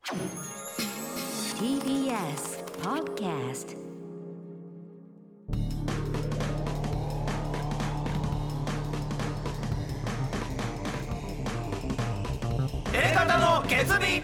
TBS Podcast。 方の決意。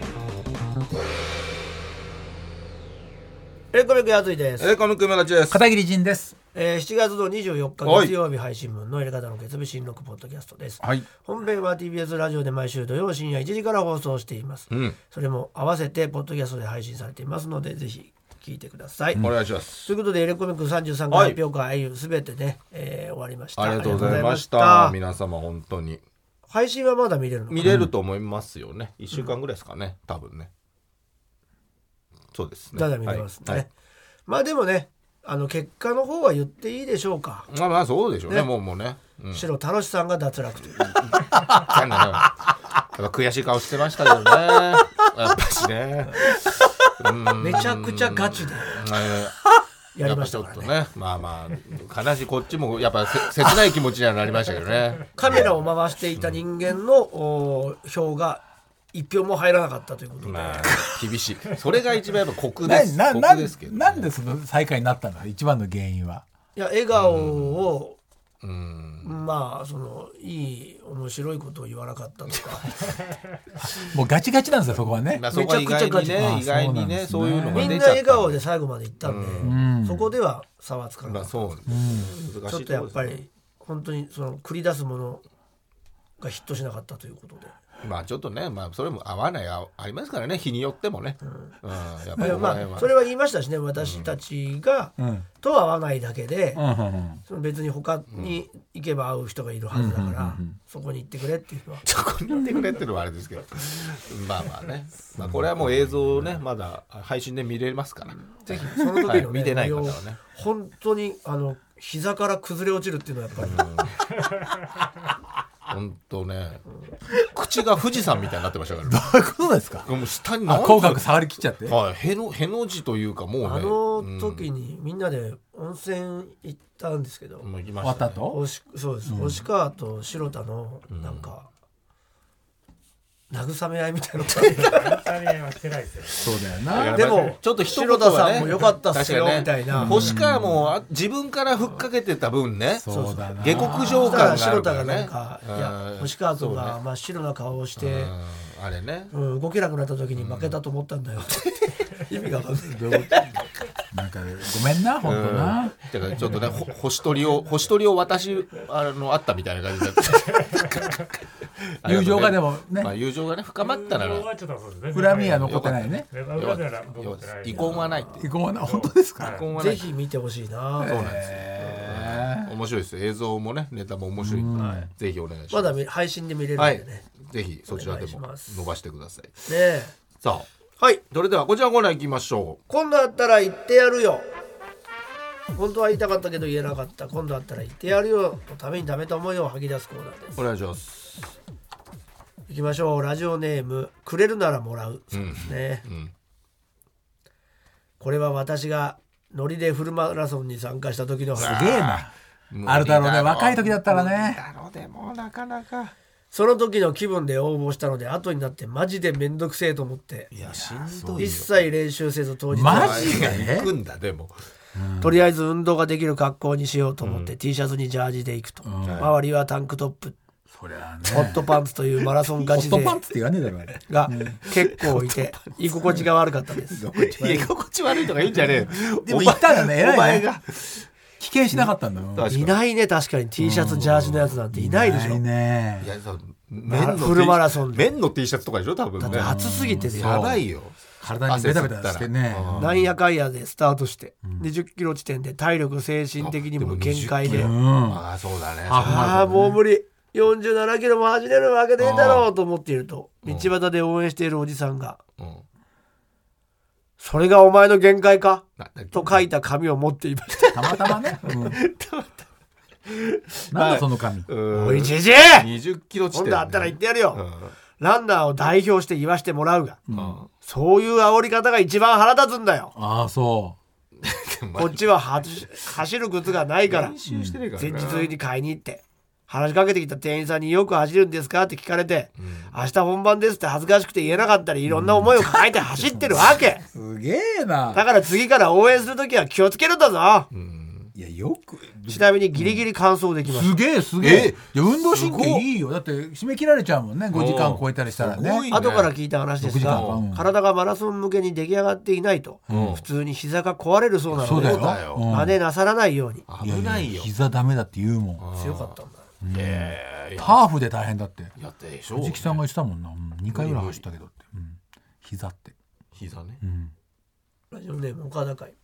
コミックやついです。 コミック今立ちです。 片桐仁です。 7月の24日月曜日配信分のエレカタの決意新録ポッドキャストです、 はい、 本編は TBS ラジオで毎週土曜深夜1時から放送しています、それも合わせてポッドキャストで配信されていますのでぜひ聞いてください、 お願いします。 ということでエレコミック33回発表会すべてね、終わりました。 ありがとうございました。皆様本当に配信はまだ見れるのかな。 見れると思いますよね、1週間ぐらいですかね、多分ね。そうですね、 ただ見れますね、 はい、 まあでもね結果の方は言っていいでしょうか。 まあそうでしょうね、もうね、 白太郎さんが脱落というやっぱ悔しい顔してましたけどねやっぱしねめちゃくちゃガチでやりましたからね。 やっぱちょっとね、まあ悲しい、こっちもやっぱ切ない気持ちにはなりましたけどねカメラを回していた人間の票が一票も入らなかったということで、 厳しい。それが一番やっぱ酷です。酷ですけどね。 なんでその最下位になったの一番の原因は。 いや笑顔をまあいい面白いことを言わなかったとかもうガチガチなんですよそこはね、 めちゃくちゃガチ、 意外にねそういうのがみんな笑顔で最後まで行ったんで、そこでは差はつかなかった、 そうちょっとやっぱり本当に繰り出すものがヒットしなかったということで、 まあちょっとね、それも合わないありますからね、日によってもね、やっぱりそれは言いましたしね、私たちがとは合わないだけで、別に他に行けば会う人がいるはずだから、そこに行ってくれっていうのは、 そこに行ってくれっていうのはあれですけどまあね、これはもう映像ねまだ配信で見れますから、 ぜひその時のね、 見てない方はね、 本当に膝から崩れ落ちるっていうのはやっぱり本当ね、口が富士山みたいになってましたからね。 どういうことですか。 もう下に口角触り切っちゃって、 への字というか、もうね、 時にみんなで温泉行ったんですけど、 もう行きま終わしたね。 った後そうです、星川と白田のなんか慰め合いみたいな慰め合いはしてないですよ。 そうだよな。 でもちょっと一言白田さはね、 んも良かったっすよみたいな、 星川も自分からふっかけてた分ね、 そうだな、 下克上感がある白田がからね。 なんか、いや星川君が真っ白な顔をしてあれね、 動けなくなった時に負けたと思ったんだよって意味が分かんない。 なんかごめんな本当な。 だからちょっとね、星取りを私あったみたいな感じだった友情がでもね、 友情がね深まったなら、 恨みは残ってないね。 遺恨はないっていう。 遺恨はな、本当ですか。 ぜひ見てほしいな。 そうなんですよ。面白いです。映像もね、ネタも面白いんで、ぜひお願いします。 まだ配信で見れるんでね、 ぜひそちらでも伸ばしてくださいね。 さあ、はい、 それではこちらのコーナー行きましょう。 今度あったら言ってやるよ。本当は言いたかったけど言えなかった、今度あったら言ってやるよのためにダメと思いを吐き出すコーナーです。 お願いします。 行きましょう。ラジオネームくれるならもらうそうですね、これは私がノリでフルマラソンに参加した時の話。 すげえな。あるだろうね、若い時だったらね。 でもなかなかその時の気分で応募したので、後になってマジでめんどくせえと思って、 いやしんどいよ、 一切練習せず当日マジで行くんだ。でもとりあえず運動ができる格好にしようと思って、T シャツにジャージで行くと、周りはタンクトップ、 そりゃね、 ホットパンツというマラソンガチ勢ホットパンツって言わねえだろあれが結構いて、居心地が悪かったです居心地悪いとか言うんじゃねえ。 でも言ったんだね、偉いね。 お前が危険しなかったんだよ。 いないね、確かに T シャツジャージのやつなんていないでしょ。 いね。 いやフルマラソンで綿の T シャツとかでしょ多分ね。 だって暑すぎてね、 やばいよ。 体にベタベタしてね。 なんやかんやでスタートして、20キロ地点で体力精神的にも限界で、 ああそうだね。 もう無理、47キロも走れるわけねえだろうと思っていると、道端で応援しているおじさんが、それがお前の限界かと書いた紙を持っていました。 たまたまね。なんだその紙。 おいじじい、 20キロ地点今度あったら言ってやるよ、ランナーを代表して言わしてもらうが、そういう煽り方が一番腹立つんだよ。 ああそう。 こっちは走る靴がないから練習してねえから前日に買いに行って、 話しかけてきた店員さんによく走るんですかって聞かれて、明日本番ですって恥ずかしくて言えなかったりいろんな思いを抱えて走ってるわけすげえな。 だから次から応援するときは気をつけるんだぞ。 いやよくちなみにギリギリ完走できました。 すげえすげえ。いや運動神経いいよ。だって締め切られちゃうもんね。5時間超えたりしたらね。 後から聞いた話ですが、 6時間体がマラソン向けに出来上がっていないと、普通に膝が壊れるそうなので、 そうだよ。 真似なさらないように。 危ないよ。 膝ダメだって言うもん。 強かったんだ。 ハーフで大変だって。 やってでしょ。 藤木さんが言ってたもんな。2回ぐらい走ったけどって。膝って。 膝ね。 ラジオネーム岡田会。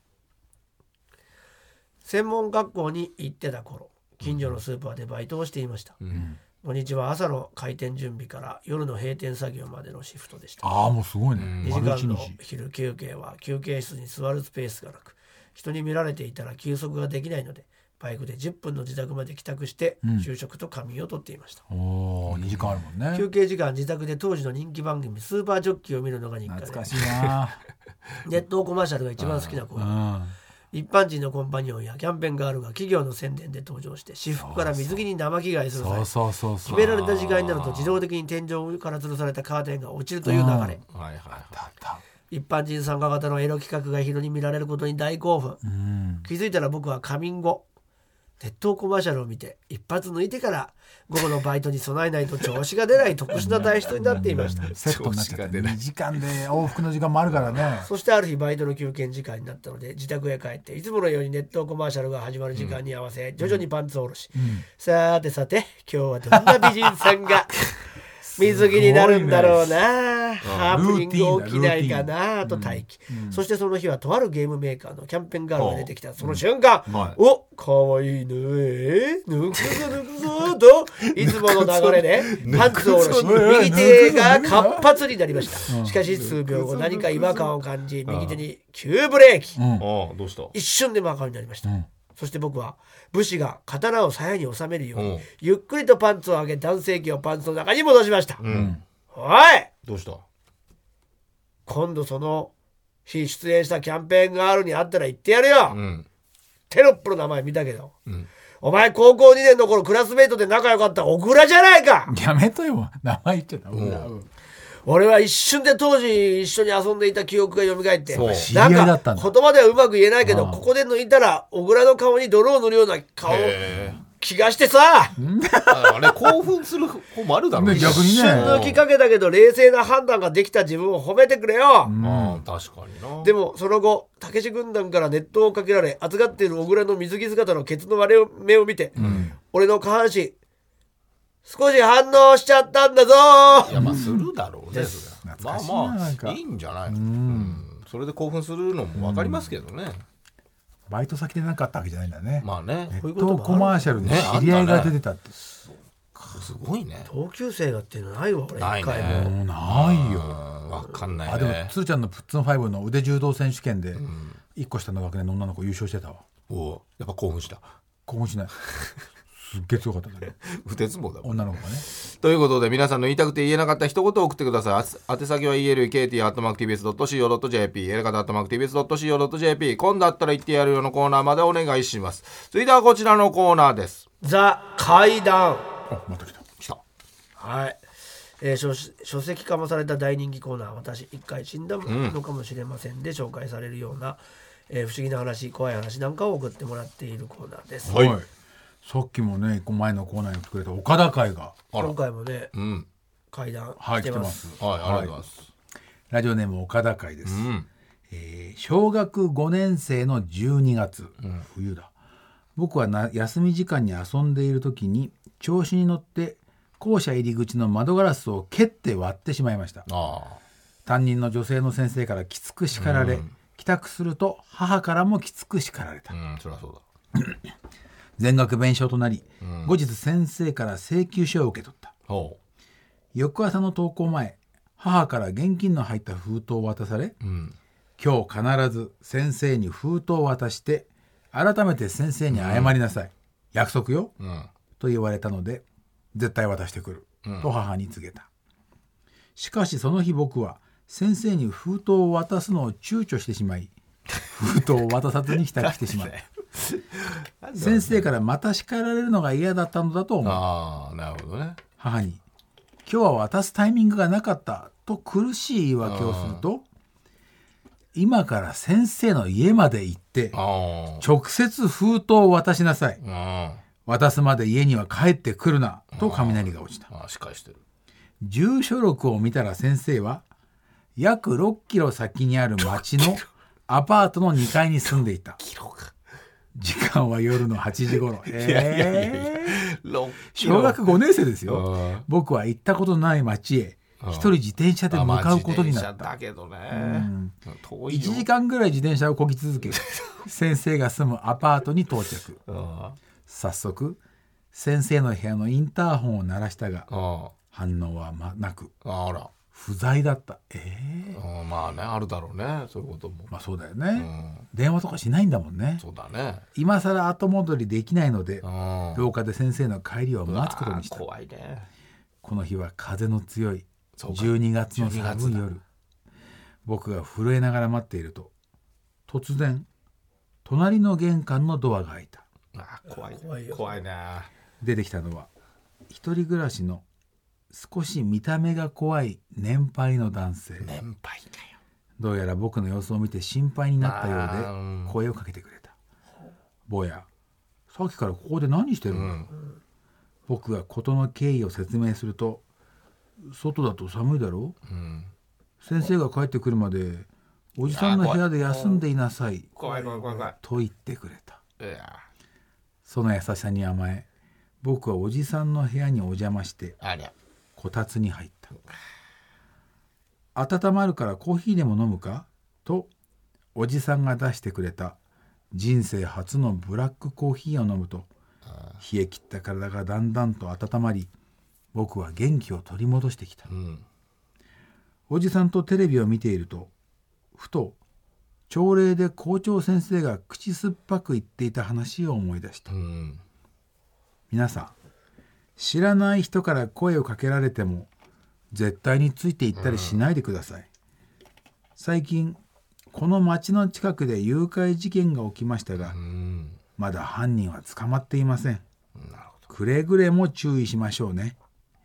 専門学校に行ってた頃、近所のスーパーでバイトをしていました。土日は朝の開店準備から夜の閉店作業までのシフトでした。 ああもうすごいね。 2時間の昼休憩は休憩室に座るスペースがなく、人に見られていたら休息ができないので、バイクで10分の自宅まで帰宅して昼食と仮眠をとっていました。 おー2時間あるもんね。 休憩時間自宅で当時の人気番組スーパージョッキーを見るのが日課で、 懐かしいな。 ネットコマーシャルが一番好きな子は、一般人のコンパニオンやキャンペーンガールが企業の宣伝で登場して私服から水着に生着替えする際、 そう決められた時間になると自動的に天井から吊るされたカーテンが落ちるという流れ。 はいはいはい。 一般人参加型のエロ企画が人に見られることに大興奮。気づいたら僕は仮眠後、ネットコマーシャルを見て一発抜いてから午後のバイトに備えないと調子が出ない特殊な体質になっていました。 セットになっちゃって2時間で往復の時間もあるからね。 そしてある日バイトの休憩時間になったので自宅へ帰って、いつものようにネットコマーシャルが始まる時間に合わせ徐々にパンツを下ろし、さてさて今日はどんな美人さんが水着になるんだろうな、ハプニング起きないかなと待機。そしてその日はとあるゲームメーカーのキャンペーンガールが出てきたその瞬間、お、かわいいね、抜くぞ抜くぞといつもの流れでパンツを下ろし右手が活発になりました。しかし数秒後何か違和感を感じ、右手に急ブレーキ。 どうした？ 一瞬で真っ赤になりました。そして僕は武士が刀を鞘に収めるようにゆっくりとパンツを上げ、男性器をパンツの中に戻しました。おい、 どうした？ 今度その日出演したキャンペーンガールに会ったら言ってやるよ。テロップの名前見たけど、お前高校2年の頃クラスメートで仲良かった小倉じゃないか。 やめとよ、名前言っちゃった。 俺は一瞬で当時一緒に遊んでいた記憶が蘇って、 知り合いだったんだ。 言葉ではうまく言えないけど、ここで抜いたら小倉の顔に泥を塗るような顔気がしてさ。 あれ興奮する方もあるだろうね。 逆にね。 一瞬抜きかけたけど冷静な判断ができた自分を褒めてくれよ。 確かにな。 でもその後たけし軍団から熱湯をかけられ熱がっている小倉の水着姿のケツの割れ目を見て、俺の下半身少し反応しちゃったんだぞ。 いやまあするだろうね。まあまあいいんじゃない。それで興奮するのも分かりますけどね。 バイト先でなかったわけじゃないんだね。 まあね。 ネットコマーシャルで知り合いが出てたって。 すごいね。 同級生がっていうのないわ俺。 ないね。 ないよ。 分かんないね。 あでもつーちゃんのプッツン5の腕柔道選手権で1個下の学年の女の子優勝してたわ。 おやっぱ興奮した。 興奮しない。すっげえ強かったね。 腕相撲だもん。 女の子がね。 ということで皆さんの言いたくて言えなかった一言を送ってください。宛先は elkt@tbs.co.jp、エレカタ@tbs.co.jp、今度あったら言ってやるよのコーナーまでお願いします。続いてはこちらのコーナーです。 ザ怪談。 また来た。 はい。書籍化もされた大人気コーナー、私一回死んだのかもしれませんで紹介されるような、不思議な話、怖い話なんかを送ってもらっているコーナーです。 はい。さっきもね1個前のコーナーに送ってくれた岡田会が今回もね、怪談来てます。 はい、ありがとうございます。 ラジオネーム岡田会です。小学5年生の12月、冬だ。僕は休み時間に遊んでいる時に調子に乗って校舎入り口の窓ガラスを蹴って割ってしまいました。担任の女性の先生からきつく叱られ、帰宅すると母からもきつく叱られた。 そりゃそうだ。 全額弁償となり、後日先生から請求書を受け取った。翌朝の登校前、母から現金の入った封筒を渡され、今日必ず先生に封筒を渡して改めて先生に謝りなさい、約束よ、と言われたので絶対渡してくる、と母に告げた。しかしその日僕は先生に封筒を渡すのを躊躇してしまい封筒を渡さずに帰宅してしまった。 先生からまた叱られるのが嫌だったのだと思う。 ああ、なるほどね。 母に今日は渡すタイミングがなかったと苦しい言い訳をすると、今から先生の家まで行って直接封筒を渡しなさい、渡すまで家には帰ってくるなと雷が落ちた。 仕返してる。 住所録を見たら先生は約6キロ先にある町のアパートの2階に住んでいた。時間は夜の8時頃。小学5年生ですよ。僕は行ったことない町へ一人自転車で向かうことになった。 だけどね、 1時間ぐらい自転車をこぎ続け先生が住むアパートに到着。早速先生の部屋のインターホンを鳴らしたが反応はなく、不在だった。 まあね、あるだろうね、そういうことも。 まあそうだよね、電話とかしないんだもんね。 そうだね。 今更後戻りできないので廊下で先生の帰りを待つことにした。 怖いね。 この日は風の強い12月の寒い夜、僕が震えながら待っていると突然隣の玄関のドアが開いた。 怖いね。 出てきたのは一人暮らしの少し見た目が怖い年配の男性。 年配だよ。 どうやら僕の様子を見て心配になったようで声をかけてくれた。坊や、さっきからここで何してるの？僕が事の経緯を説明すると、外だと寒いだろう、先生が帰ってくるまでおじさんの部屋で休んでいなさいと言ってくれた。その優しさに甘え、僕はおじさんの部屋にお邪魔してこたつに入った。温まるからコーヒーでも飲むかとおじさんが出してくれた人生初のブラックコーヒーを飲むと、冷え切った体がだんだんと温まり、僕は元気を取り戻してきた、おじさんとテレビを見ているとふと朝礼で校長先生が口酸っぱく言っていた話を思い出した。皆さん、知らない人から声をかけられても絶対についていったりしないでください。最近この町の近くで誘拐事件が起きましたが、まだ犯人は捕まっていません。くれぐれも注意しましょうね。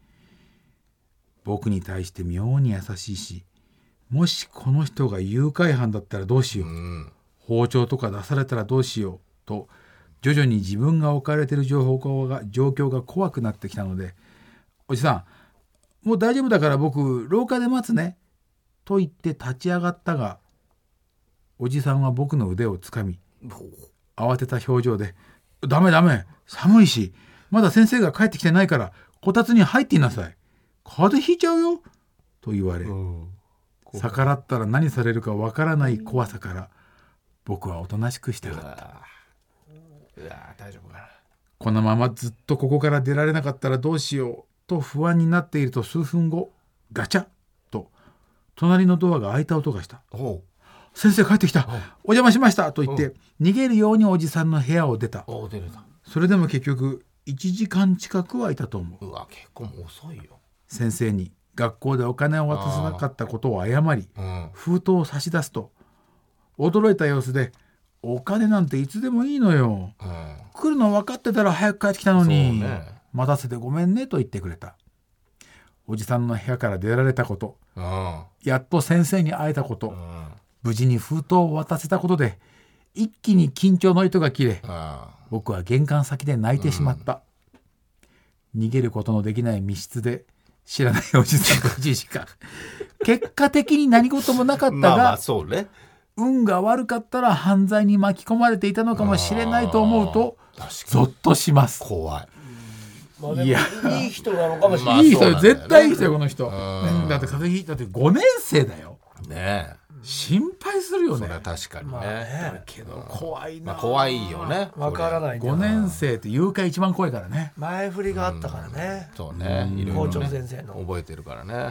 僕に対して妙に優しいし、もしこの人が誘拐犯だったらどうしよう、包丁とか出されたらどうしようと、徐々に自分が置かれている状況が怖くなってきたので、おじさん、もう大丈夫だから僕廊下で待つねと言って立ち上がったが、おじさんは僕の腕をつかみ、慌てた表情で、ダメ寒いしまだ先生が帰ってきてないからこたつに入っていなさい、風邪ひいちゃうよと言われ、逆らったら何されるかわからない怖さから僕はおとなしくしてがった。 大丈夫かな。 このままずっとここから出られなかったらどうしようと不安になっていると、数分後ガチャッと隣のドアが開いた音がした。先生帰ってきた、お邪魔しましたと言って逃げるようにおじさんの部屋を出た。それでも結局1時間近くはいたと思う。 結構遅いよ。 先生に学校でお金を渡さなかったことを謝り、封筒を差し出すと驚いた様子で、お金なんていつでもいいのよ、来るの分かってたら早く帰ってきたのに、待たせてごめんねと言ってくれた。おじさんの部屋から出られたこと、やっと先生に会えたこと、無事に封筒を渡せたことで一気に緊張の糸が切れ、僕は玄関先で泣いてしまった、逃げることのできない密室で知らないおじさんと1時間結果的に何事もなかったが、運が悪かったら犯罪に巻き込まれていたのかもしれないと思うとゾッとします。 怖い。 いや、いい人なのかもしれない。 いい人、絶対いい人よこの人。だって風邪ひいたって5年生だよね。 心配するよね。 それは確かにね。 けど怖いな。 怖いよね。 わからない。 5年生って誘拐一番怖いからね。 前振りがあったからね。 そうね。 校長先生の覚えてるからね。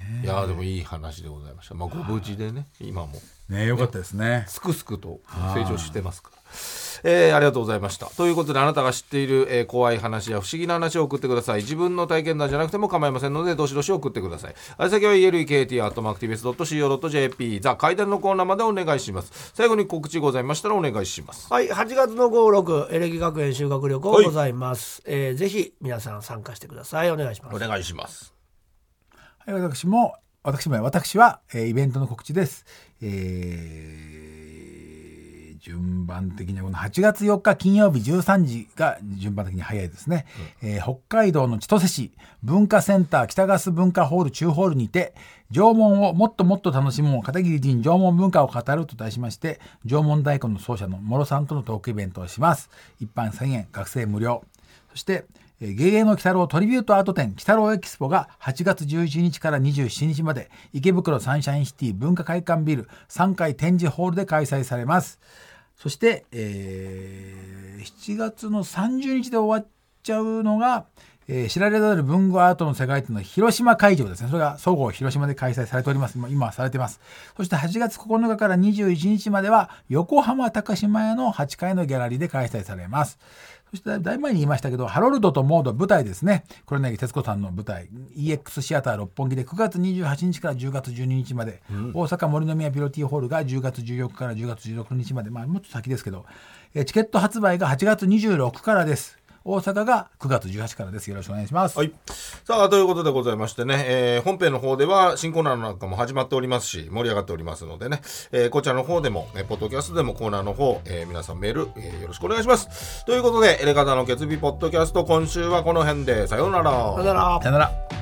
いやでもいい話でございました。ご無事でね、今もね、よかったですね。 すくすくと成長してますから。ありがとうございました。ということで、あなたが知っている、怖い話や不思議な話を送ってください。自分の体験談じゃなくても構いませんので、どしどし送ってください。あれ先は elekt@tbs.co.jp ザ階段のコーナーまでお願いします。最後に告知ございましたらお願いします。 はい、8月の5、6エレキ学園修学旅行ございます、ぜひ皆さん参加してください。お願いします。 お願いします。 はい、私は、イベントの告知です。順番的にはこの8月4日金曜日13時が順番的に早いですね。北海道の千歳市文化センター北ガス文化ホール中ホールにて、縄文をもっともっと楽しもう片桐仁縄文文化を語ると題しまして、縄文大根の奏者の諸さんとのトークイベントをします。一般1000円、学生無料。そして芸芸の鬼太郎トリビュートアート展鬼太郎エキスポが8月11日から27日まで池袋サンシャインシティ文化会館ビル3階展示ホールで開催されます。そして、7月の30日で終わっちゃうのが、知られざる文具アートの世界展の広島会場ですね。それが総合広島で開催されております。今されてます。そして8月9日から21日までは横浜高島屋の8階のギャラリーで開催されます。そしてだいぶ前に言いましたけど、ハロルドとモード舞台ですね。黒柳徹子さんの舞台 EX シアター六本木で9月28日から10月12日まで、大阪森の宮ピロティホールが10月14日から10月16日まで、もっと先ですけど、チケット発売が8月26からです。大阪が9月18からです。よろしくお願いします。 はい。さあ、ということでございましてね、本編の方では新コーナーなんかも始まっておりますし、盛り上がっておりますのでね、こちらの方でも、ポッドキャストでもコーナーの方、皆さんメール、よろしくお願いします。ということで、エレカタの決日ポッドキャスト、今週はこの辺で、さようなら。 さよなら。 さよなら。